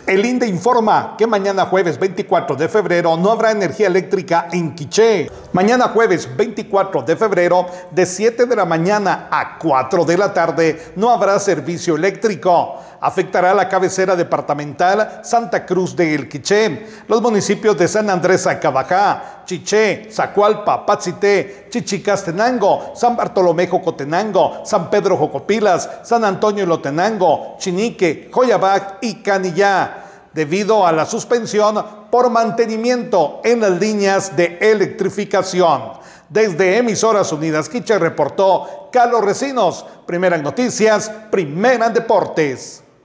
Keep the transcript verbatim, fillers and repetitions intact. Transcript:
El I N D E informa que mañana jueves veinticuatro de febrero no habrá energía eléctrica en Quiché. Mañana jueves veinticuatro de febrero de siete de la mañana a cuatro de la tarde no habrá servicio eléctrico. Afectará la cabecera departamental Santa Cruz de El Quiché, los municipios de San Andrés Acabajá, Chiché, Zacualpa, Patzité, Chichicastenango, San Bartolomé Jocotenango, San Pedro Jocopilas, San Antonio Lotenango, Chinique, Joyabac y Canillá, debido a la suspensión por mantenimiento en las líneas de electrificación. Desde Emisoras Unidas Quiché reportó Carlos Recinos, Primera en Noticias, Primera en Deportes.